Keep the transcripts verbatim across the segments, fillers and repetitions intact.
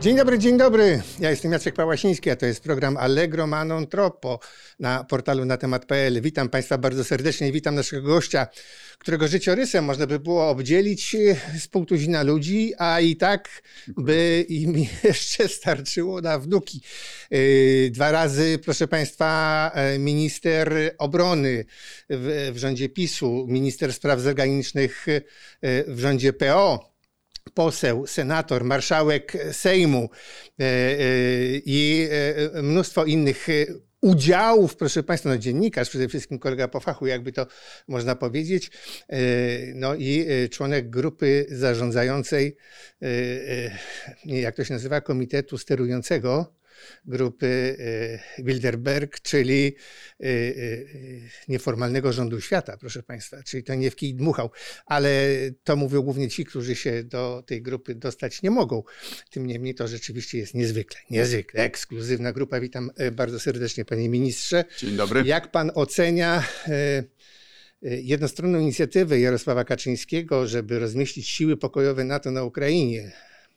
Dzień dobry, dzień dobry. Ja jestem Jacek Pałasiński, a to jest program Allegro ma non troppo na portalu na temat kropka p l. Witam Państwa bardzo serdecznie i witam naszego gościa, którego życiorysem można by było obdzielić z pół tuzina ludzi, a i tak by im jeszcze starczyło na wnuki. Dwa razy, proszę Państwa, minister obrony w, w rządzie PiSu, minister spraw zagranicznych w rządzie P O, poseł, senator, marszałek Sejmu i mnóstwo innych udziałów, proszę Państwa, no dziennikarz, przede wszystkim kolega po fachu, jakby to można powiedzieć, no i członek grupy zarządzającej, jak to się nazywa, komitetu sterującego grupy Bilderberg, czyli nieformalnego rządu świata, proszę Państwa, czyli to nie w kij dmuchał, ale to mówią głównie ci, którzy się do tej grupy dostać nie mogą. Tym niemniej to rzeczywiście jest niezwykle, niezwykle ekskluzywna grupa. Witam bardzo serdecznie, panie ministrze. Dzień dobry. Jak pan ocenia jednostronną inicjatywę Jarosława Kaczyńskiego, żeby rozmieścić siły pokojowe NATO na Ukrainie?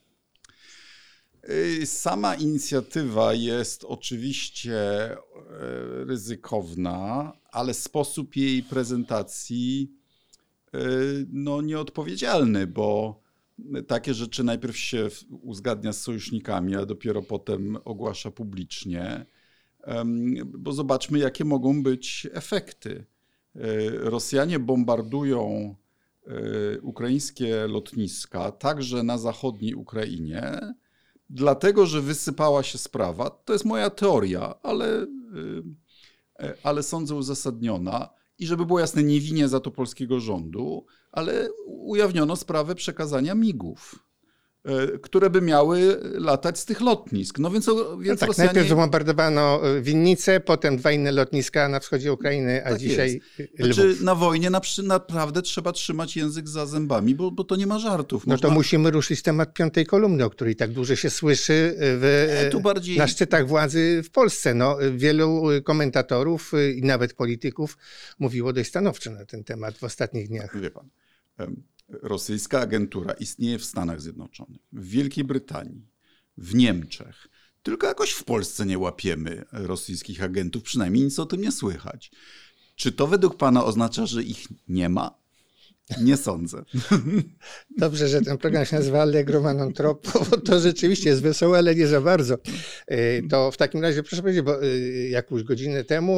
Sama inicjatywa jest oczywiście ryzykowna, ale sposób jej prezentacji no, nieodpowiedzialny, bo takie rzeczy najpierw się uzgadnia z sojusznikami, a dopiero potem ogłasza publicznie, bo zobaczmy, jakie mogą być efekty. Rosjanie bombardują ukraińskie lotniska, także na zachodniej Ukrainie, dlatego, że wysypała się sprawa, to jest moja teoria, ale, ale sądzę uzasadniona i żeby było jasne, nie winię za to polskiego rządu, ale ujawniono sprawę przekazania migów, które by miały latać z tych lotnisk. No więc, więc no tak, Rosjanie... najpierw zabombardowano Winnicę, potem dwa inne lotniska na wschodzie Ukrainy, a tak dzisiaj Lwów. Znaczy, na wojnie na, naprawdę trzeba trzymać język za zębami, bo, bo to nie ma żartów. Można... No to musimy ruszyć temat piątej kolumny, o której tak dużo się słyszy w, e, bardziej... na szczytach władzy w Polsce. No, wielu komentatorów i nawet polityków mówiło dość stanowczo na ten temat w ostatnich dniach. Wie pan, rosyjska agentura istnieje w Stanach Zjednoczonych, w Wielkiej Brytanii, w Niemczech. Tylko jakoś w Polsce nie łapiemy rosyjskich agentów, przynajmniej nic o tym nie słychać. Czy to według pana oznacza, że ich nie ma? Nie sądzę. Dobrze, że ten program się nazywa Allegro ma non troppo, bo to rzeczywiście jest wesołe, ale nie za bardzo. To w takim razie, proszę powiedzieć, bo jakąś godzinę temu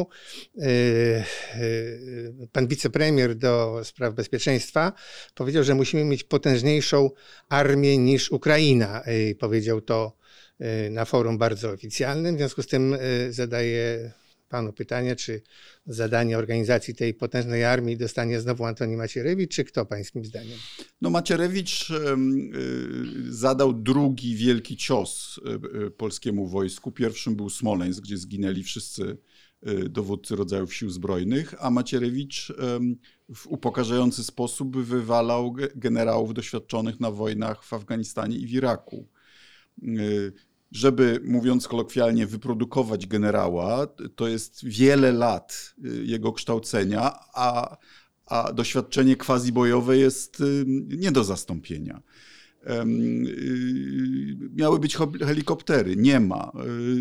pan wicepremier do spraw bezpieczeństwa powiedział, że musimy mieć potężniejszą armię niż Ukraina. Powiedział to na forum bardzo oficjalnym, w związku z tym zadaję panu pytanie, czy zadanie organizacji tej potężnej armii dostanie znowu Antoni Macierewicz, czy kto pańskim zdaniem? No Macierewicz zadał drugi wielki cios polskiemu wojsku. Pierwszym był Smoleńsk, gdzie zginęli wszyscy dowódcy rodzajów sił zbrojnych, a Macierewicz w upokarzający sposób wywalał generałów doświadczonych na wojnach w Afganistanie i w Iraku. Żeby, mówiąc kolokwialnie, wyprodukować generała, to jest wiele lat jego kształcenia, a, a doświadczenie quasi-bojowe jest nie do zastąpienia. Miały być helikoptery, nie ma.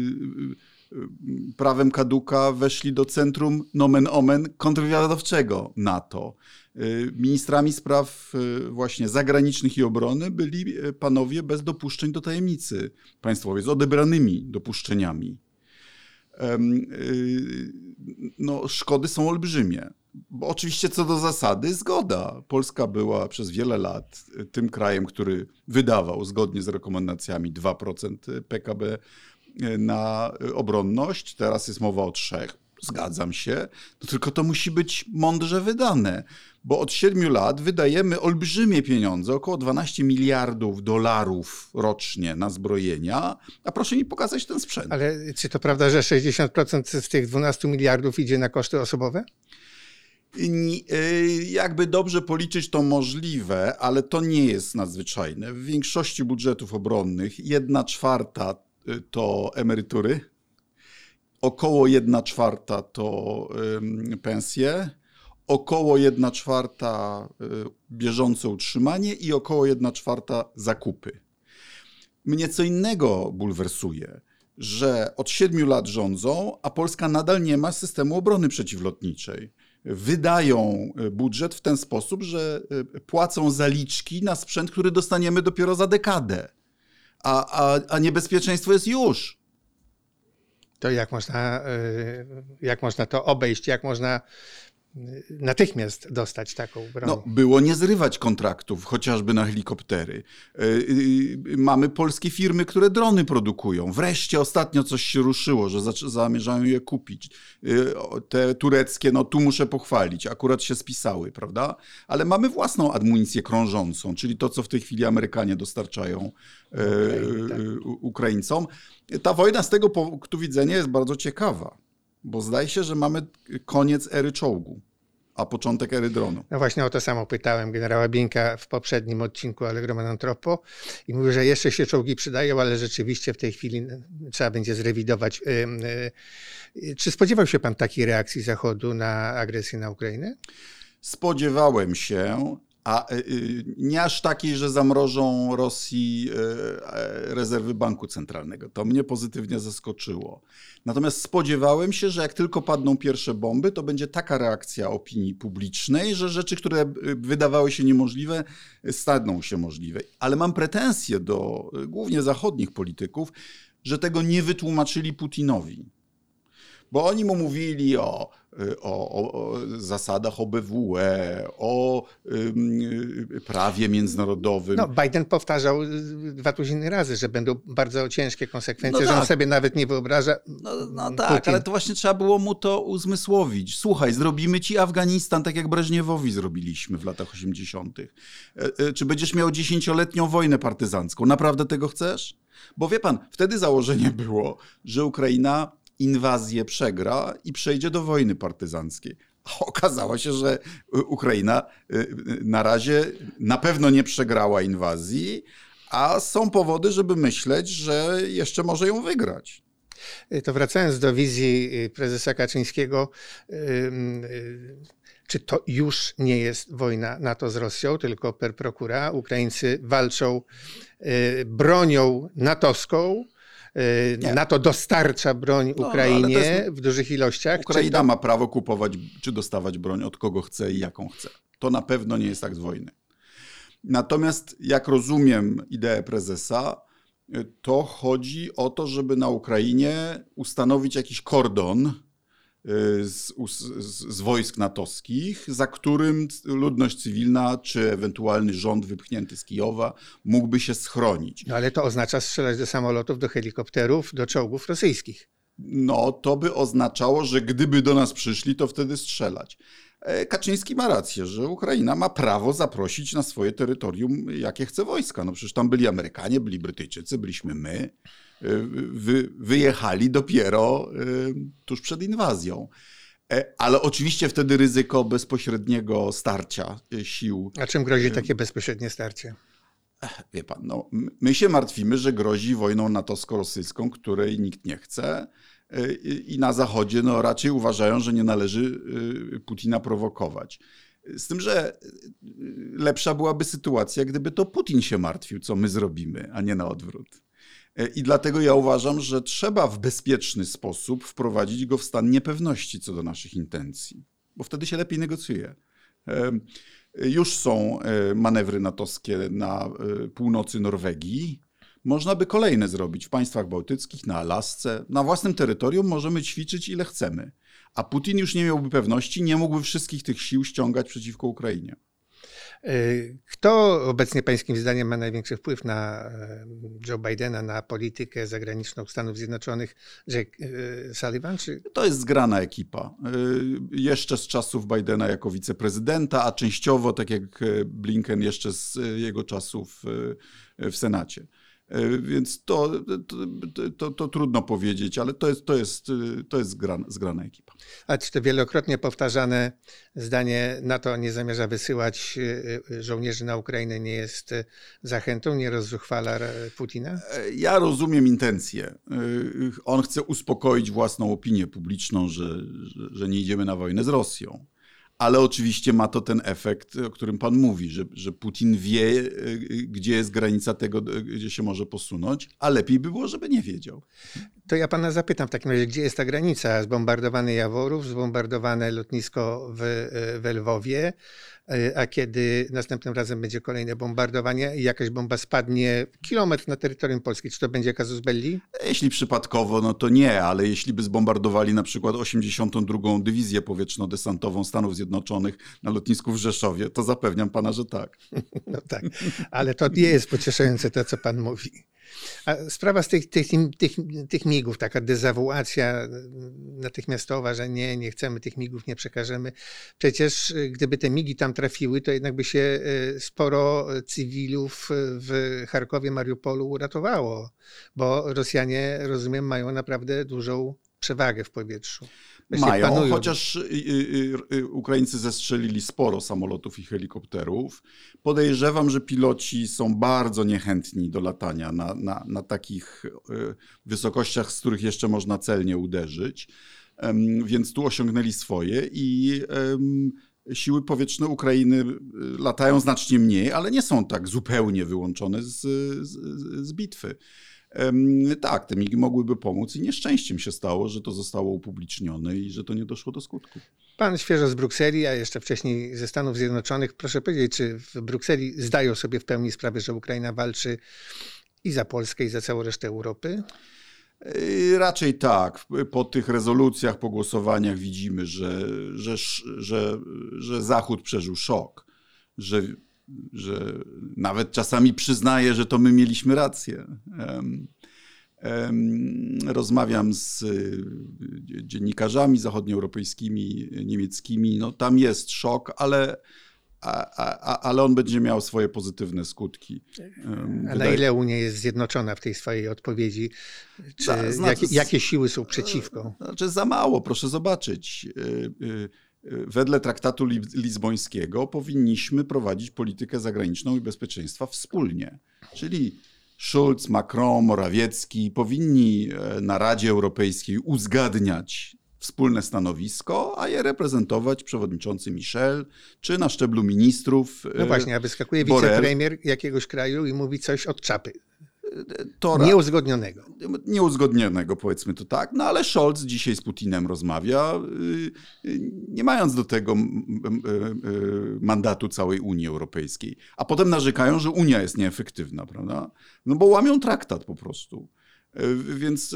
Prawem kaduka weszli do centrum nomen omen kontrwywiadowczego NATO. Ministrami spraw właśnie zagranicznych i obrony byli panowie bez dopuszczeń do tajemnicy państwowej, z odebranymi dopuszczeniami. No, szkody są olbrzymie. Bo oczywiście co do zasady zgoda. Polska była przez wiele lat tym krajem, który wydawał zgodnie z rekomendacjami dwa procent P K B na obronność. Teraz jest mowa o trzech. Zgadzam się, no tylko to musi być mądrze wydane, bo od siedmiu lat wydajemy olbrzymie pieniądze, około dwanaście miliardów dolarów rocznie na zbrojenia, a proszę mi pokazać ten sprzęt. Ale czy to prawda, że sześćdziesiąt procent z tych dwunastu miliardów idzie na koszty osobowe? Jakby dobrze policzyć, to możliwe, ale to nie jest nadzwyczajne. W większości budżetów obronnych jedna czwarta to emerytury, około jedna czwarta to pensje, około jedna czwarta bieżące utrzymanie i około jedna czwarta zakupy. mnie co innego bulwersuje, że od siedmiu lat rządzą, a Polska nadal nie ma systemu obrony przeciwlotniczej. Wydają budżet w ten sposób, że płacą zaliczki na sprzęt, który dostaniemy dopiero za dekadę. A, a, a niebezpieczeństwo jest już. To jak można, jak można to obejść, jak można natychmiast dostać taką broń? No, było nie zrywać kontraktów, chociażby na helikoptery. Mamy polskie firmy, które drony produkują. Wreszcie ostatnio coś się ruszyło, że zamierzają je kupić. Te tureckie, no tu muszę pochwalić, akurat się spisały, prawda? Ale mamy własną amunicję krążącą, czyli to, co w tej chwili Amerykanie dostarczają okay, tak. Ukraińcom. Ta wojna z tego punktu widzenia jest bardzo ciekawa, bo zdaje się, że mamy koniec ery czołgu, a początek ery dronu. No właśnie o to samo pytałem generała Bieńka w poprzednim odcinku Allegro Manon Troppo i mówił, że jeszcze się czołgi przydają, ale rzeczywiście w tej chwili trzeba będzie zrewidować. Czy spodziewał się pan takiej reakcji Zachodu na agresję na Ukrainę? Spodziewałem się, a nie aż takiej, że zamrożą Rosji rezerwy banku centralnego. To mnie pozytywnie zaskoczyło. Natomiast spodziewałem się, że jak tylko padną pierwsze bomby, to będzie taka reakcja opinii publicznej, że rzeczy, które wydawały się niemożliwe, staną się możliwe. Ale mam pretensje do głównie zachodnich polityków, że tego nie wytłumaczyli Putinowi. Bo oni mu mówili o, o, o zasadach O B W E, o y, prawie międzynarodowym. No, Biden powtarzał dwa tuziny razy, że będą bardzo ciężkie konsekwencje, no że tak. on sobie nawet nie wyobraża. No, no tak, Putin. Ale to właśnie trzeba było mu to uzmysłowić. Słuchaj, zrobimy ci Afganistan tak jak Breżniewowi zrobiliśmy w latach osiemdziesiątych. Czy będziesz miał dziesięcioletnią wojnę partyzancką? Naprawdę tego chcesz? Bo wie pan, wtedy założenie było, że Ukraina inwazję przegra i przejdzie do wojny partyzanckiej. A okazało się, że Ukraina na razie na pewno nie przegrała inwazji, a są powody, żeby myśleć, że jeszcze może ją wygrać. To wracając do wizji prezesa Kaczyńskiego, czy to już nie jest wojna NATO z Rosją, tylko per procura? Ukraińcy walczą bronią natowską, Nie. NATO dostarcza broń Ukrainie no, jest, w dużych ilościach. Ukraina to... ma prawo kupować czy dostawać broń od kogo chce i jaką chce. To na pewno nie jest tak z wojny. Natomiast jak rozumiem ideę prezesa, to chodzi o to, żeby na Ukrainie ustanowić jakiś kordon z, z, z wojsk natowskich, za którym ludność cywilna czy ewentualny rząd wypchnięty z Kijowa mógłby się schronić. No ale to oznacza strzelać do samolotów, do helikopterów, do czołgów rosyjskich. No to by oznaczało, że gdyby do nas przyszli, to wtedy strzelać. Kaczyński ma rację, że Ukraina ma prawo zaprosić na swoje terytorium jakie chce wojska. No przecież tam byli Amerykanie, byli Brytyjczycy, byliśmy my. Wy, wyjechali dopiero tuż przed inwazją. Ale oczywiście wtedy ryzyko bezpośredniego starcia sił. A czym grozi takie bezpośrednie starcie? Wie pan, no, my się martwimy, że grozi wojną natowsko-rosyjską, której nikt nie chce i na Zachodzie no, raczej uważają, że nie należy Putina prowokować. Z tym, że lepsza byłaby sytuacja, gdyby to Putin się martwił, co my zrobimy, a nie na odwrót. I dlatego ja uważam, że trzeba w bezpieczny sposób wprowadzić go w stan niepewności co do naszych intencji, bo wtedy się lepiej negocjuje. Już są manewry natowskie na północy Norwegii. Można by kolejne zrobić w państwach bałtyckich, na Alasce. Na własnym terytorium możemy ćwiczyć ile chcemy. A Putin już nie miałby pewności, nie mógłby wszystkich tych sił ściągać przeciwko Ukrainie. Kto obecnie pańskim zdaniem ma największy wpływ na Joe Bidena, na politykę zagraniczną Stanów Zjednoczonych? Jake Sullivan? Czy... To jest zgrana ekipa. Jeszcze z czasów Bidena jako wiceprezydenta, a częściowo, tak jak Blinken, jeszcze z jego czasów w Senacie. Więc to, to, to, to trudno powiedzieć, ale to jest, to jest, to jest zgrana, zgrana ekipa. A czy to wielokrotnie powtarzane zdanie NATO nie zamierza wysyłać żołnierzy na Ukrainę nie jest zachętą, nie rozzuchwala Putina? Ja rozumiem intencje. On chce uspokoić własną opinię publiczną, że, że nie idziemy na wojnę z Rosją. Ale oczywiście ma to ten efekt, o którym pan mówi, że, że Putin wie, gdzie jest granica tego, gdzie się może posunąć, a lepiej by było, żeby nie wiedział. To ja pana zapytam w takim razie, gdzie jest ta granica? Zbombardowany Jaworów, zbombardowane lotnisko w, w Lwowie, a kiedy następnym razem będzie kolejne bombardowanie i jakaś bomba spadnie kilometr na terytorium Polski, czy to będzie casus belli? Jeśli przypadkowo, no to nie, ale jeśli by zbombardowali na przykład osiemdziesiątą drugą Dywizję Powietrzno-Desantową Stanów Zjednoczonych na lotnisku w Rzeszowie, to zapewniam pana, że tak. No tak, ale to nie jest pocieszające to, co pan mówi. A sprawa z tych, tych, tych, tych migów, taka dezawuacja natychmiastowa, że nie, nie chcemy tych migów, nie przekażemy. Przecież gdyby te migi tam trafiły, to jednak by się sporo cywilów w Charkowie, Mariupolu uratowało, bo Rosjanie, rozumiem, mają naprawdę dużą przewagę w powietrzu. Właśnie mają, panują. chociaż y, y, y, Ukraińcy zestrzelili sporo samolotów i helikopterów. Podejrzewam, że piloci są bardzo niechętni do latania na, na, na takich y, wysokościach, z których jeszcze można celnie uderzyć. Um, więc tu osiągnęli swoje i um, siły powietrzne Ukrainy latają znacznie mniej, ale nie są tak zupełnie wyłączone z, z, z bitwy. Tak, te migi mogłyby pomóc i nieszczęściem się stało, że to zostało upublicznione i że to nie doszło do skutku. Pan świeżo z Brukseli, a jeszcze wcześniej ze Stanów Zjednoczonych. Proszę powiedzieć, czy w Brukseli zdają sobie w pełni sprawę, że Ukraina walczy i za Polskę, i za całą resztę Europy? Raczej tak. Po tych rezolucjach, po głosowaniach widzimy, że, że, że, że Zachód przeżył szok, że że nawet czasami przyznaje, że to my mieliśmy rację. Um, um, rozmawiam z dziennikarzami zachodnioeuropejskimi, niemieckimi. No, tam jest szok, ale, a, a, ale on będzie miał swoje pozytywne skutki. Um, a wydaje... na ile Unia jest zjednoczona w tej swojej odpowiedzi? Czy za, znaczy, jakie, jakie siły są przeciwko? Znaczy za mało, proszę zobaczyć. Wedle traktatu lizbońskiego powinniśmy prowadzić politykę zagraniczną i bezpieczeństwa wspólnie. Czyli Schulz, Macron, Morawiecki powinni na Radzie Europejskiej uzgadniać wspólne stanowisko, a je reprezentować przewodniczący Michel, czy na szczeblu ministrów. No właśnie, a wyskakuje wicepremier jakiegoś kraju i mówi coś od czapy. To Nieuzgodnionego. Nieuzgodnionego, powiedzmy to tak. No ale Scholz dzisiaj z Putinem rozmawia, nie mając do tego mandatu całej Unii Europejskiej. A potem narzekają, że Unia jest nieefektywna, prawda? No bo łamią traktat po prostu. Więc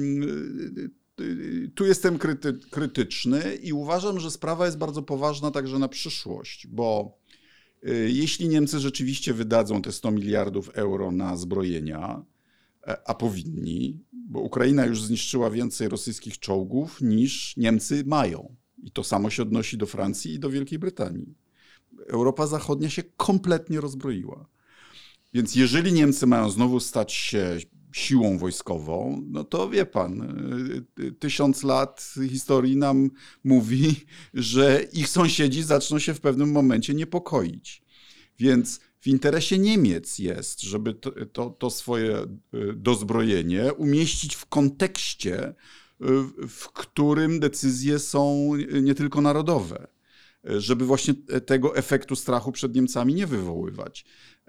tu jestem kryty, krytyczny i uważam, że sprawa jest bardzo poważna także na przyszłość, bo jeśli Niemcy rzeczywiście wydadzą te sto miliardów euro na zbrojenia, a powinni, bo Ukraina już zniszczyła więcej rosyjskich czołgów niż Niemcy mają. I to samo się odnosi do Francji i do Wielkiej Brytanii. Europa Zachodnia się kompletnie rozbroiła. Więc jeżeli Niemcy mają znowu stać się siłą wojskową, no to wie pan, tysiąc lat historii nam mówi, że ich sąsiedzi zaczną się w pewnym momencie niepokoić. Więc w interesie Niemiec jest, żeby to, to, to swoje dozbrojenie umieścić w kontekście, w którym decyzje są nie tylko narodowe, żeby właśnie tego efektu strachu przed Niemcami nie wywoływać.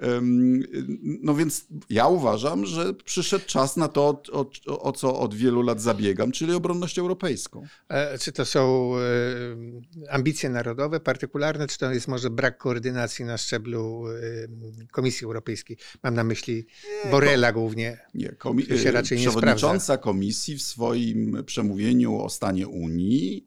No więc ja uważam, że przyszedł czas na to, o, o, o co od wielu lat zabiegam, czyli obronność europejską. A czy to są ambicje narodowe, partykularne, czy to jest może brak koordynacji na szczeblu Komisji Europejskiej? Mam na myśli Borrella głównie. Nie, komi- się raczej nie przewodnicząca sprawdza. Komisji w swoim przemówieniu o stanie Unii,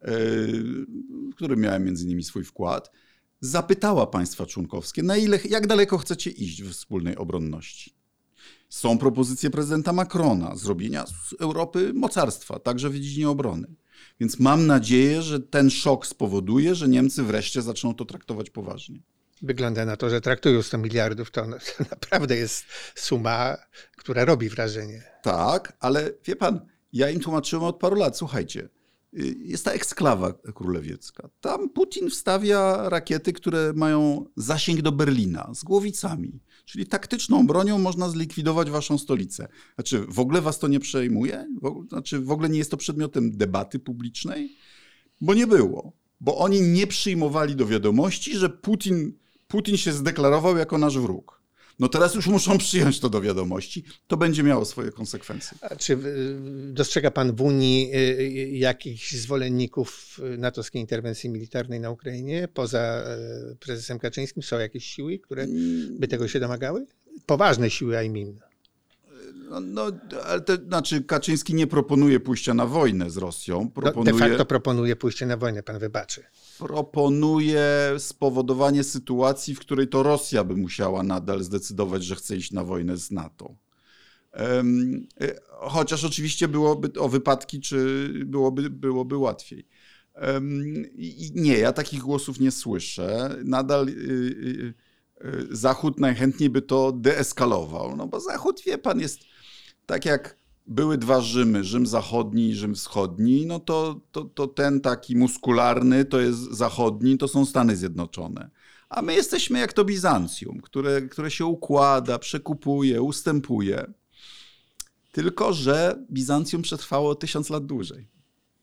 w którym miałem między innymi swój wkład, zapytała państwa członkowskie, na ile, jak daleko chcecie iść w wspólnej obronności. Są propozycje prezydenta Macrona zrobienia z Europy mocarstwa, także w dziedzinie obrony. Więc mam nadzieję, że ten szok spowoduje, że Niemcy wreszcie zaczną to traktować poważnie. Wygląda na to, że traktują sto miliardów, to, to naprawdę jest suma, która robi wrażenie. Tak, ale wie pan, ja im tłumaczyłem od paru lat, słuchajcie, jest ta eksklawa królewiecka. Tam Putin wstawia rakiety, które mają zasięg do Berlina z głowicami. Czyli taktyczną bronią można zlikwidować waszą stolicę. Znaczy, w ogóle was to nie przejmuje? W ogóle, znaczy, w ogóle nie jest to przedmiotem debaty publicznej? Bo nie było. bo oni nie przyjmowali do wiadomości, że Putin, Putin się zdeklarował jako nasz wróg. No teraz już muszą przyjąć to do wiadomości. To będzie miało swoje konsekwencje. A czy dostrzega pan w Unii jakichś zwolenników natowskiej interwencji militarnej na Ukrainie? Poza prezesem Kaczyńskim są jakieś siły, które by tego się domagały? Poważne siły, I mean. No, no, ale to znaczy Kaczyński nie proponuje pójścia na wojnę z Rosją. Proponuje, no, de facto proponuje pójście na wojnę, pan wybaczy. Proponuje spowodowanie sytuacji, w której to Rosja by musiała nadal zdecydować, że chce iść na wojnę z NATO. Um, chociaż oczywiście byłoby o wypadki, czy byłoby, byłoby łatwiej. Um, i nie, ja takich głosów nie słyszę. Nadal... Yy, Zachód najchętniej by to deeskalował, no bo Zachód, wie pan, jest tak jak były dwa Rzymy, Rzym zachodni i Rzym wschodni, no to, to, to ten taki muskularny to jest zachodni, to są Stany Zjednoczone. A my jesteśmy jak to Bizancjum, które, które się układa, przekupuje, ustępuje. Tylko że Bizancjum przetrwało tysiąc lat dłużej.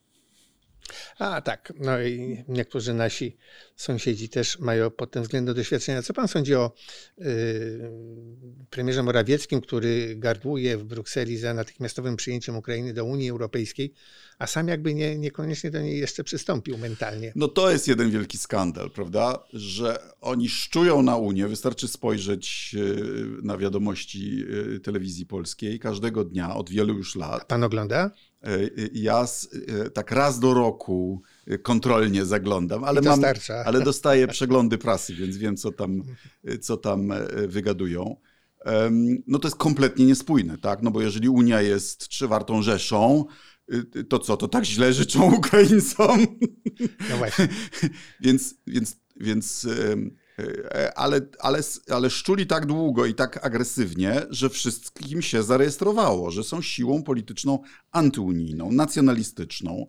A tak, no i niektórzy nasi sąsiedzi też mają pod tym względem doświadczenia. Co pan sądzi o y, premierze Morawieckim, który gardłuje w Brukseli za natychmiastowym przyjęciem Ukrainy do Unii Europejskiej, a sam jakby nie, niekoniecznie do niej jeszcze przystąpił mentalnie? No to jest jeden wielki skandal, prawda, że oni szczują na Unię, wystarczy spojrzeć na wiadomości telewizji polskiej każdego dnia od wielu już lat. A pan ogląda? Ja tak raz do roku kontrolnie zaglądam, ale, I to mam, starcza. ale dostaję przeglądy prasy, więc wiem, co tam, co tam wygadują. No to jest kompletnie niespójne, tak? No bo jeżeli Unia jest czwartą Rzeszą, to co, to tak źle życzą Ukraińcom? No właśnie. więc, więc, więc ale, ale, ale szczuli tak długo i tak agresywnie, że wszystkim się zarejestrowało, że są siłą polityczną antyunijną, nacjonalistyczną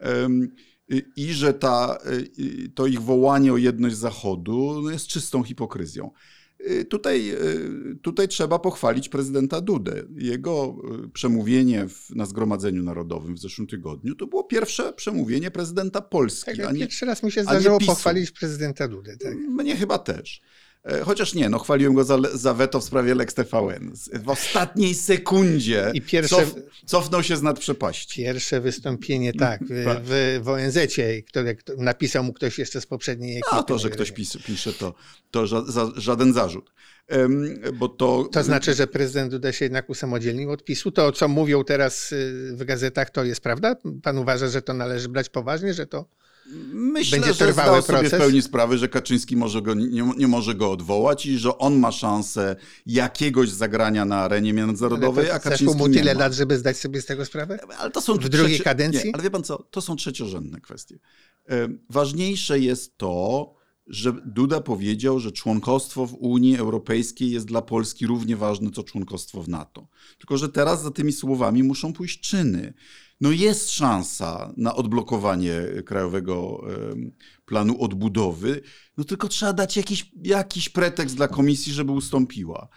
i że ta, to ich wołanie o jedność Zachodu jest czystą hipokryzją. Tutaj, tutaj trzeba pochwalić prezydenta Dudę. Jego przemówienie w, na Zgromadzeniu Narodowym w zeszłym tygodniu to było pierwsze przemówienie prezydenta Polski. Tak, a nie, pierwszy raz mi się zdarzyło pochwalić prezydenta Dudę. Tak. Mnie chyba też. Chociaż nie, no chwaliłem go za, za weto w sprawie Lex T V N. W ostatniej sekundzie I pierwsze, cof, cofnął się z nad przepaści. Pierwsze wystąpienie, tak, w, w, w O N Z-cie, które napisał mu ktoś jeszcze z poprzedniej ekipy. A to, że ktoś pis, pisze, to, to ża, za, żaden zarzut. Um, bo to... to znaczy, że prezydent Duda się jednak usamodzielnił od PiSu. To, co mówią teraz w gazetach, to jest prawda? Pan uważa, że to należy brać poważnie, że to... Myślę, Będzie że zdał sobie proces. w pełni sprawę, że Kaczyński może go, nie, nie może go odwołać i że on ma szansę jakiegoś zagrania na arenie międzynarodowej, a Kaczyński mu nie tyle ma. lat, żeby zdać sobie z tego sprawę? Ale to są w drugiej trzeci... kadencji? Nie, ale wie pan co, to są trzeciorzędne kwestie. Ważniejsze jest to, że Duda powiedział, że członkostwo w Unii Europejskiej jest dla Polski równie ważne, co członkostwo w NATO. Tylko że teraz za tymi słowami muszą pójść czyny. No jest szansa na odblokowanie Krajowego Planu Odbudowy, no tylko trzeba dać jakiś, jakiś pretekst dla komisji, żeby ustąpiła.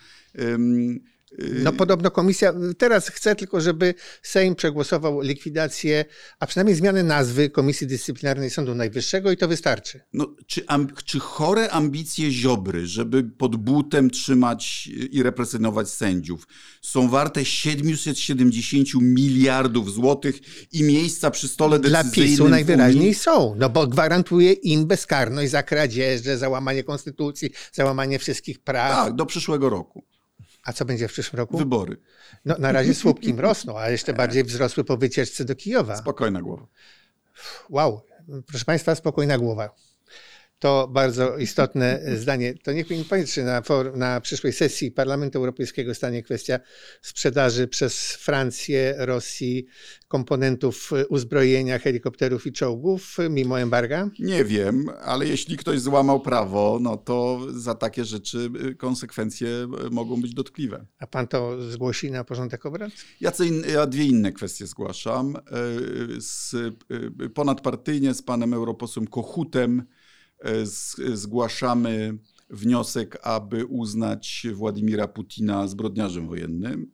No podobno komisja teraz chce tylko, żeby Sejm przegłosował likwidację, a przynajmniej zmianę nazwy Komisji Dyscyplinarnej Sądu Najwyższego i to wystarczy. No, czy, amb- czy chore ambicje Ziobry, żeby pod butem trzymać i represjonować sędziów, są warte siedemset siedemdziesiąt miliardów złotych i miejsca przy stole decyzyjnym? Dla PiSu najwyraźniej są, no bo gwarantuje im bezkarność za kradzieże, za łamanie konstytucji, za łamanie wszystkich praw. Tak, do przyszłego roku. A co będzie w przyszłym roku? Wybory. No, na razie słupki im rosną, a jeszcze bardziej wzrosły po wycieczce do Kijowa. Spokojna głowa. Wow, proszę państwa, spokojna głowa. To bardzo istotne zdanie. To niech mi powie, czy na, na przyszłej sesji Parlamentu Europejskiego stanie kwestia sprzedaży przez Francję, Rosji komponentów uzbrojenia, helikopterów i czołgów mimo embarga? Nie wiem, ale jeśli ktoś złamał prawo, no to za takie rzeczy konsekwencje mogą być dotkliwe. A pan to zgłosi na porządek obrad? Ja, co in, ja dwie inne kwestie zgłaszam. Z, ponadpartyjnie z panem europosłem Kochutem zgłaszamy wniosek, aby uznać Władimira Putina zbrodniarzem wojennym.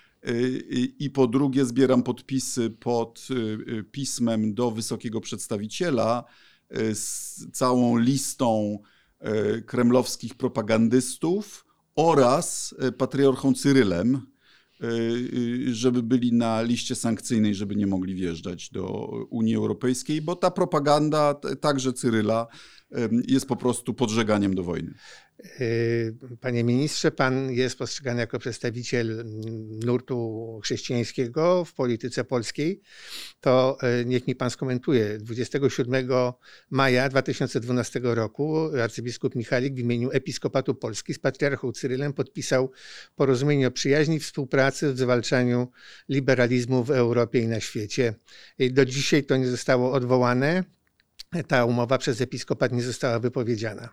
I po drugie zbieram podpisy pod pismem do wysokiego przedstawiciela z całą listą kremlowskich propagandystów oraz patriarchą Cyrylem, żeby byli na liście sankcyjnej, żeby nie mogli wjeżdżać do Unii Europejskiej, bo ta propaganda, także Cyryla, jest po prostu podżeganiem do wojny. Panie ministrze, pan jest postrzegany jako przedstawiciel nurtu chrześcijańskiego w polityce polskiej. To niech mi pan skomentuje. dwudziestego siódmego maja dwa tysiące dwunastego roku arcybiskup Michalik w imieniu Episkopatu Polski z patriarchą Cyrylem podpisał porozumienie o przyjaźni i współpracy w zwalczaniu liberalizmu w Europie i na świecie. Do dzisiaj to nie zostało odwołane. Ta umowa przez episkopat nie została wypowiedziana.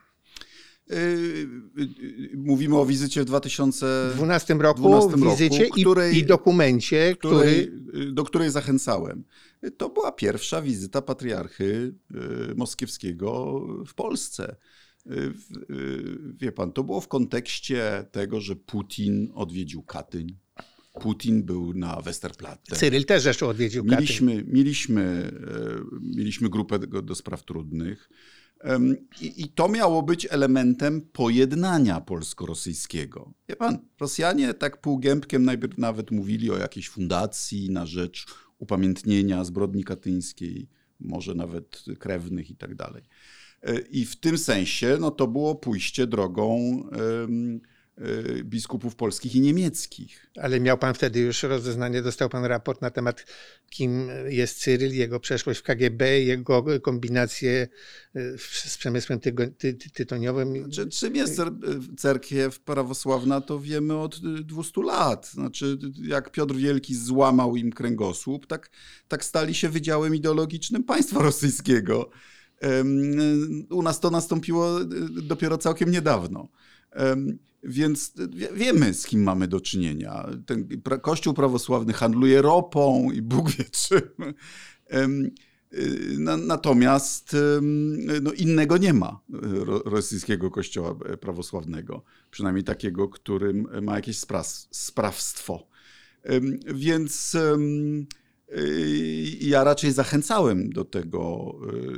Mówimy o wizycie w dwa tysiące dwunastym roku, dwunastym wizycie roku, której, i, i dokumencie, której, który... do której zachęcałem. To była pierwsza wizyta patriarchy moskiewskiego w Polsce. Wie pan, to było w kontekście tego, że Putin odwiedził Katyń. Putin był na Westerplatte. Cyryl też zresztą odwiedził Katyń. Mieliśmy, mieliśmy, mieliśmy grupę do, do spraw trudnych. I, I to miało być elementem pojednania polsko-rosyjskiego. Wie pan, Rosjanie tak półgębkiem najpierw nawet mówili o jakiejś fundacji na rzecz upamiętnienia zbrodni katyńskiej, może nawet krewnych i tak dalej. I w tym sensie no, to było pójście drogą um, biskupów polskich i niemieckich. Ale miał pan wtedy już rozeznanie, dostał pan raport na temat, kim jest Cyryl, jego przeszłość w K G B, jego kombinacje z przemysłem ty ty tytoniowym. Znaczy, czym jest cerkiew prawosławna, to wiemy od dwustu lat. Znaczy, jak Piotr Wielki złamał im kręgosłup, tak, tak stali się wydziałem ideologicznym państwa rosyjskiego. U nas to nastąpiło dopiero całkiem niedawno. Więc wiemy, z kim mamy do czynienia. Ten Kościół prawosławny handluje ropą i Bóg wie czym. Natomiast no, innego nie ma rosyjskiego kościoła prawosławnego. Przynajmniej takiego, którym ma jakieś sprawstwo. Więc ja raczej zachęcałem do tego,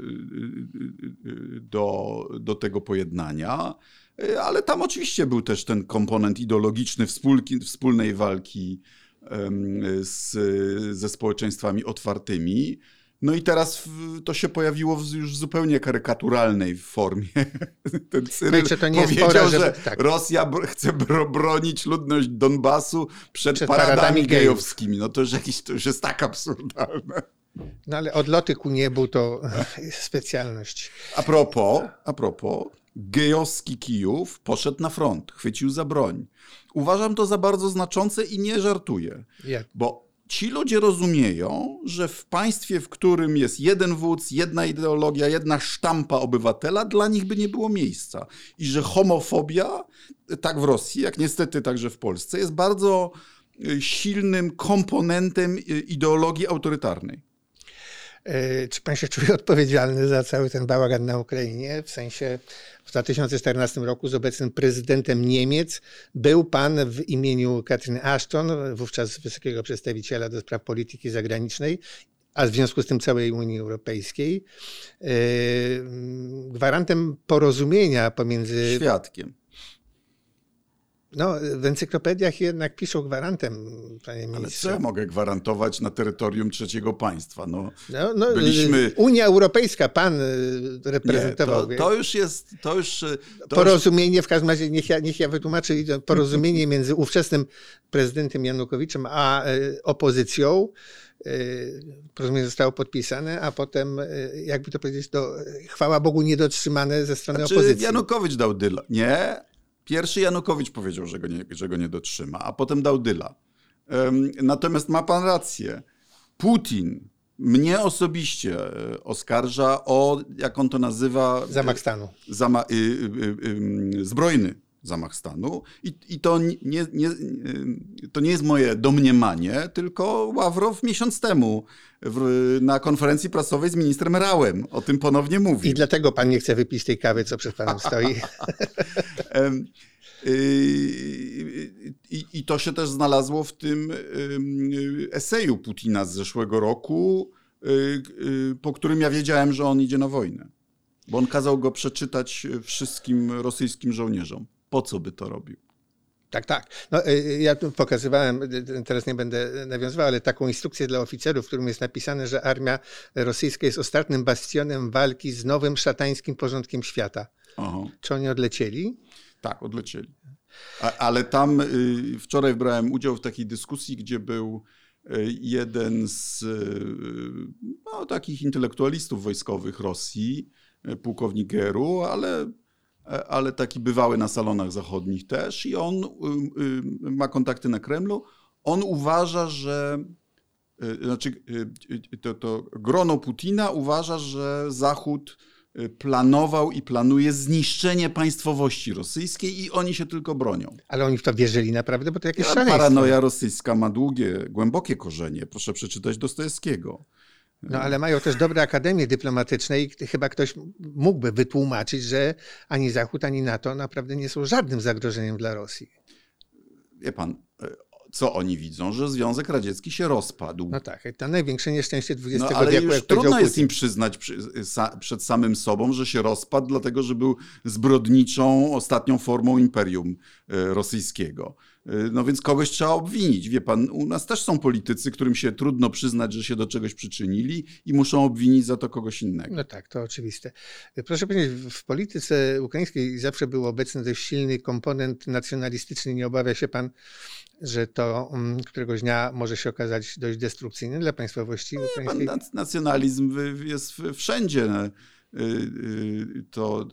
do, do tego pojednania. Ale tam oczywiście był też ten komponent ideologiczny wspólki, wspólnej walki z, ze społeczeństwami otwartymi. No i teraz to się pojawiło w już zupełnie karykaturalnej formie. Ten Cyryl to nie powiedział, spora, że żeby, tak. Rosja chce bronić ludność Donbasu przed, przed paradami, paradami gejowskimi. No to już, jakiś, to już jest tak absurdalne. No ale odloty ku niebu to specjalność. A propos, a propos, gejowski Kijów poszedł na front, chwycił za broń. Uważam to za bardzo znaczące i nie żartuję. Jak? Bo ci ludzie rozumieją, że w państwie, w którym jest jeden wódz, jedna ideologia, jedna sztampa obywatela, dla nich by nie było miejsca. I że homofobia, tak w Rosji, jak niestety także w Polsce, jest bardzo silnym komponentem ideologii autorytarnej. Czy pan się czuje odpowiedzialny za cały ten bałagan na Ukrainie? W sensie w dwa tysiące czternastym roku z obecnym prezydentem Niemiec był pan w imieniu Catherine Ashton, wówczas wysokiego przedstawiciela do spraw polityki zagranicznej, a w związku z tym całej Unii Europejskiej, gwarantem porozumienia pomiędzy... Świadkiem. No, w encyklopediach jednak piszą gwarantem, panie ministrze. Ale co ja mogę gwarantować na terytorium trzeciego państwa? No, no, no, byliśmy... Unia Europejska pan reprezentował. Nie, to, to już jest... To już, to porozumienie, już... w każdym razie, niech ja, niech ja wytłumaczę, porozumienie między ówczesnym prezydentem Janukowiczem a opozycją. Porozumienie zostało podpisane, a potem, jakby to powiedzieć, to chwała Bogu niedotrzymane ze strony znaczy, opozycji. Janukowicz dał dyla. Nie... Pierwszy Janukowicz powiedział, że go, nie, że go nie dotrzyma, a potem dał dyla. Um, natomiast ma pan rację. Putin mnie osobiście oskarża o, jak on to nazywa... Zamach stanu. Zama, y, y, y, zbrojny zamach stanu. I, i to, nie, nie, to nie jest moje domniemanie, tylko Ławrow miesiąc temu w, na konferencji prasowej z ministrem Rałem o tym ponownie mówił. I dlatego pan nie chce wypić tej kawy, co przed panem stoi. I, I to się też znalazło w tym eseju Putina z zeszłego roku, po którym ja wiedziałem, że on idzie na wojnę. Bo on kazał go przeczytać wszystkim rosyjskim żołnierzom. Po co by to robił? Tak, tak. No, ja tu pokazywałem, teraz nie będę nawiązywał, ale taką instrukcję dla oficerów, w którym jest napisane, że armia rosyjska jest ostatnim bastionem walki z nowym szatańskim porządkiem świata. Aha. Czy oni odlecieli? Tak, odlecieli. A, ale tam y, wczoraj brałem udział w takiej dyskusji, gdzie był y, jeden z y, no, takich intelektualistów wojskowych Rosji, y, pułkownik Geru, ale ale taki bywały na salonach zachodnich też i on y, y, ma kontakty na Kremlu. On uważa, że y, znaczy y, to, to grono Putina uważa, że Zachód planował i planuje zniszczenie państwowości rosyjskiej i oni się tylko bronią. Ale oni w to wierzyli naprawdę, bo to jakieś ja, szaleństwo. Paranoja rosyjska ma długie, głębokie korzenie. Proszę przeczytać Dostojewskiego. No ale mają też dobre akademie dyplomatyczne i chyba ktoś mógłby wytłumaczyć, że ani Zachód, ani NATO naprawdę nie są żadnym zagrożeniem dla Rosji. Wie pan, co oni widzą? Że Związek Radziecki się rozpadł. No tak, to największe nieszczęście dwudziestego no, ale wieku. już jak trudno jest Putin. im przyznać przy, sa, przed samym sobą, że się rozpadł, dlatego że był zbrodniczą ostatnią formą imperium y, rosyjskiego. Y, no więc kogoś trzeba obwinić. Wie pan, u nas też są politycy, którym się trudno przyznać, że się do czegoś przyczynili i muszą obwinić za to kogoś innego. No tak, to oczywiste. Proszę powiedzieć, w polityce ukraińskiej zawsze był obecny dość silny komponent nacjonalistyczny. Nie obawia się pan, że to um, któregoś dnia może się okazać dość destrukcyjne dla państwowości ukraińskiej? Pan, nacjonalizm jest wszędzie. To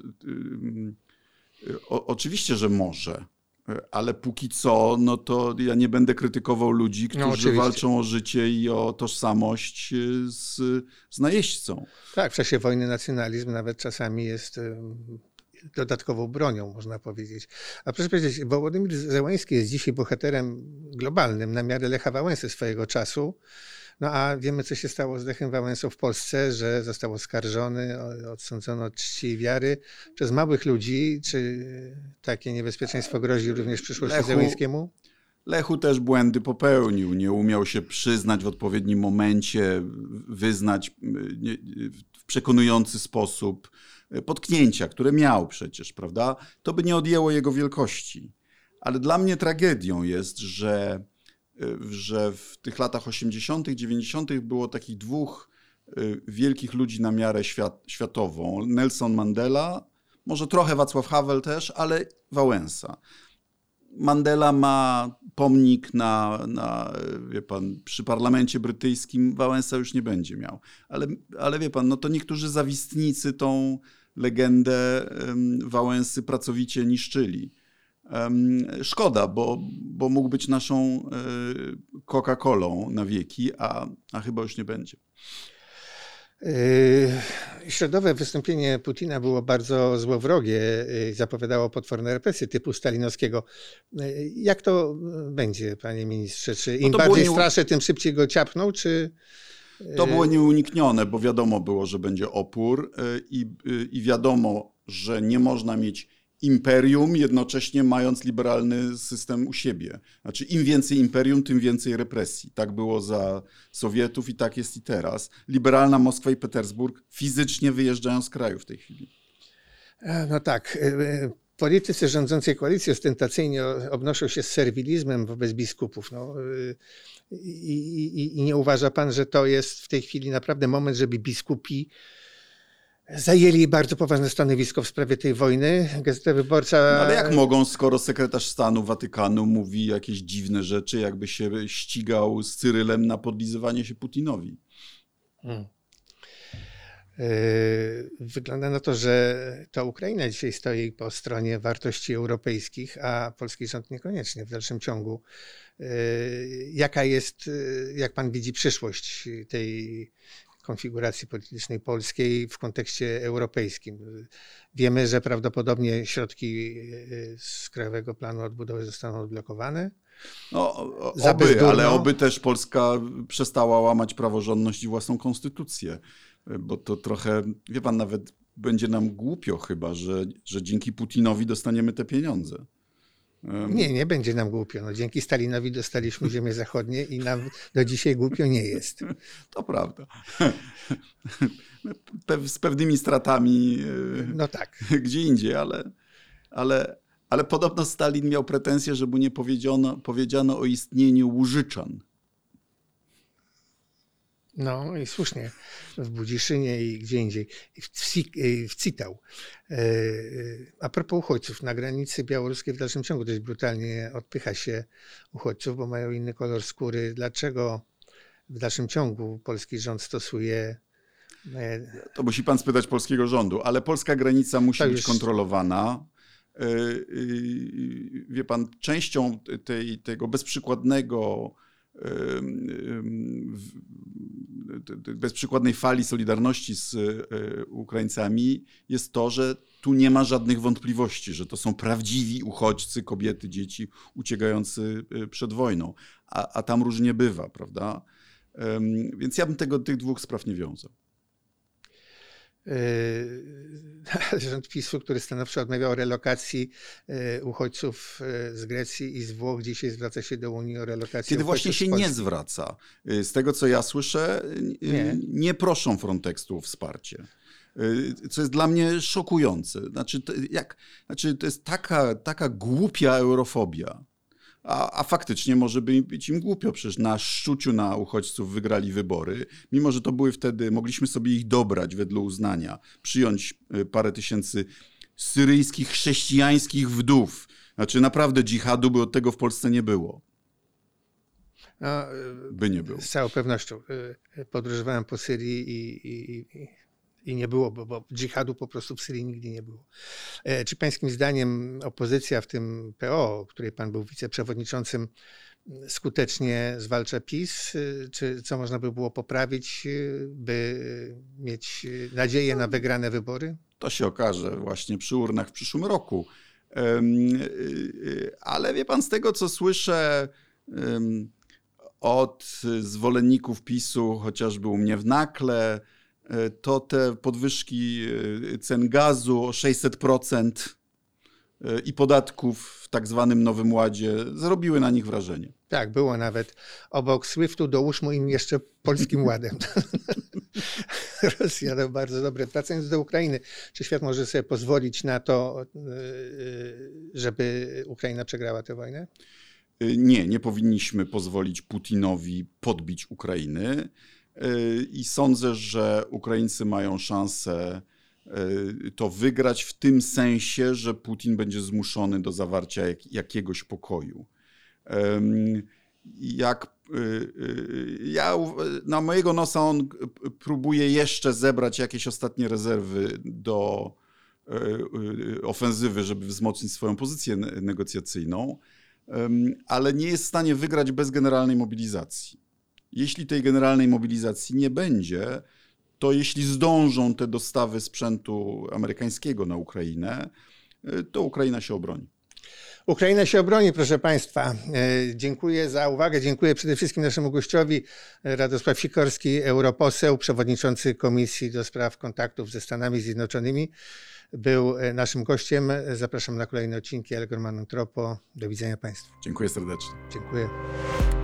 o, oczywiście, że może, ale póki co, no to ja nie będę krytykował ludzi, którzy no, walczą o życie i o tożsamość z, z najeźdźcą. Tak, w czasie wojny nacjonalizm nawet czasami jest dodatkową bronią, można powiedzieć. A proszę powiedzieć, Wołodymyr Zełański jest dzisiaj bohaterem globalnym na miarę Lecha Wałęsy swojego czasu. No a wiemy, co się stało z Lechem Wałęsą w Polsce, że został oskarżony, odsądzony od czci i wiary przez małych ludzi. Czy takie niebezpieczeństwo grozi również przyszłości Lechu, Zełańskiemu? Lechu też błędy popełnił. Nie umiał się przyznać w odpowiednim momencie, wyznać w przekonujący sposób potknięcia, które miał przecież, prawda? To by nie odjęło jego wielkości. Ale dla mnie tragedią jest, że, że w tych latach osiemdziesiątych, dziewięćdziesiątych było takich dwóch wielkich ludzi na miarę świat, światową. Nelson Mandela, może trochę Václav Havel też, ale Wałęsa. Mandela ma pomnik na, na, wie pan, przy parlamencie brytyjskim, Wałęsa już nie będzie miał. Ale, ale wie pan, no to niektórzy zawistnicy tą legendę um, Wałęsy pracowicie niszczyli. Um, szkoda, bo, bo mógł być naszą y, Coca-Colą na wieki, a, a chyba już nie będzie. Środowe wystąpienie Putina było bardzo złowrogie, zapowiadało potworne represje typu stalinowskiego. Jak to będzie, panie ministrze? Czy im no bardziej nie... straszy, tym szybciej go ciapną, czy... To było nieuniknione, bo wiadomo było, że będzie opór i, i wiadomo, że nie można mieć imperium, jednocześnie mając liberalny system u siebie. Znaczy im więcej imperium, tym więcej represji. Tak było za Sowietów i tak jest i teraz. Liberalna Moskwa i Petersburg fizycznie wyjeżdżają z kraju w tej chwili. No tak. Politycy rządzącej koalicji ostentacyjnie obnoszą się z serwilizmem wobec biskupów. No, i, i, I nie uważa pan, że to jest w tej chwili naprawdę moment, żeby biskupi zajęli bardzo poważne stanowisko w sprawie tej wojny? Gazeta Wyborcza... No ale jak mogą, skoro sekretarz stanu Watykanu mówi jakieś dziwne rzeczy, jakby się ścigał z Cyrylem na podlizywanie się Putinowi? Hmm. Wygląda na to, że to Ukraina dzisiaj stoi po stronie wartości europejskich, a polski rząd niekoniecznie w dalszym ciągu. Jaka jest, jak pan widzi, przyszłość tej konfiguracji politycznej polskiej w kontekście europejskim? Wiemy, że prawdopodobnie środki z Krajowego Planu Odbudowy zostaną odblokowane. No, oby, ale oby też Polska przestała łamać praworządność i własną konstytucję, bo to trochę, wie pan, nawet będzie nam głupio chyba, że, że dzięki Putinowi dostaniemy te pieniądze. Nie, nie będzie nam głupio. No, dzięki Stalinowi dostaliśmy ziemię zachodnie i nam do dzisiaj głupio nie jest. To prawda. Z pewnymi stratami no tak. gdzie indziej, ale, ale, ale podobno Stalin miał pretensje, żeby nie powiedziano, powiedziano o istnieniu Łużyczan. No i słusznie, w Budziszynie i gdzie indziej, w, w Citał. A propos uchodźców, na granicy białoruskiej w dalszym ciągu dość brutalnie odpycha się uchodźców, bo mają inny kolor skóry. Dlaczego w dalszym ciągu polski rząd stosuje... To musi pan spytać polskiego rządu, ale polska granica musi To być już... kontrolowana. Wie pan, częścią tej, tego bezprzykładnego bezprzykładnej fali solidarności z Ukraińcami jest to, że tu nie ma żadnych wątpliwości, że to są prawdziwi uchodźcy, kobiety, dzieci uciekający przed wojną, a, a tam różnie bywa, prawda? Więc ja bym tego, tych dwóch spraw nie wiązał. Rząd PiSu, który stanowczo odmawiał relokacji uchodźców z Grecji i z Włoch, dzisiaj zwraca się do Unii o relokację. Kiedy właśnie się nie zwraca. Z tego, co ja słyszę, nie, nie proszą Frontextu o wsparcie. Co jest dla mnie szokujące. Znaczy, to, jak, znaczy, to jest taka, taka głupia eurofobia. A, a faktycznie może być im głupio, przecież na szczuciu na uchodźców wygrali wybory, mimo że to były wtedy, mogliśmy sobie ich dobrać wedle uznania, przyjąć parę tysięcy syryjskich, chrześcijańskich wdów. Znaczy naprawdę dżihadu by od tego w Polsce nie było. No, by nie było. Z całą pewnością. Podróżowałem po Syrii i, i, i... I nie było, bo, bo dżihadu po prostu w Syrii nigdy nie było. E, czy pańskim zdaniem opozycja, w tym P O, której pan był wiceprzewodniczącym, skutecznie zwalcza PiS? Czy co można by było poprawić, by mieć nadzieję na wygrane wybory? To się okaże właśnie przy urnach w przyszłym roku. Ale wie pan, z tego co słyszę od zwolenników PiSu, chociażby u mnie w Nakle, to te podwyżki cen gazu o sześćset procent i podatków w tak zwanym Nowym Ładzie zrobiły na nich wrażenie. Tak, było nawet. Obok SWIFT-u dołóżmy im jeszcze Polskim Ładem. Rosja to bardzo dobre. Wracając do Ukrainy, czy świat może sobie pozwolić na to, żeby Ukraina przegrała tę wojnę? Nie, nie powinniśmy pozwolić Putinowi podbić Ukrainy. I sądzę, że Ukraińcy mają szansę to wygrać w tym sensie, że Putin będzie zmuszony do zawarcia jak, jakiegoś pokoju. Jak ja, na mojego nosa on próbuje jeszcze zebrać jakieś ostatnie rezerwy do ofensywy, żeby wzmocnić swoją pozycję negocjacyjną, ale nie jest w stanie wygrać bez generalnej mobilizacji. Jeśli tej generalnej mobilizacji nie będzie, to jeśli zdążą te dostawy sprzętu amerykańskiego na Ukrainę, to Ukraina się obroni. Ukraina się obroni, proszę państwa. Dziękuję za uwagę. Dziękuję przede wszystkim naszemu gościowi, Radosław Sikorski, europoseł, przewodniczący Komisji do Spraw Kontaktów ze Stanami Zjednoczonymi. Był naszym gościem. Zapraszam na kolejne odcinki Allegro Manum Troppo. Do widzenia państwu. Dziękuję serdecznie. Dziękuję.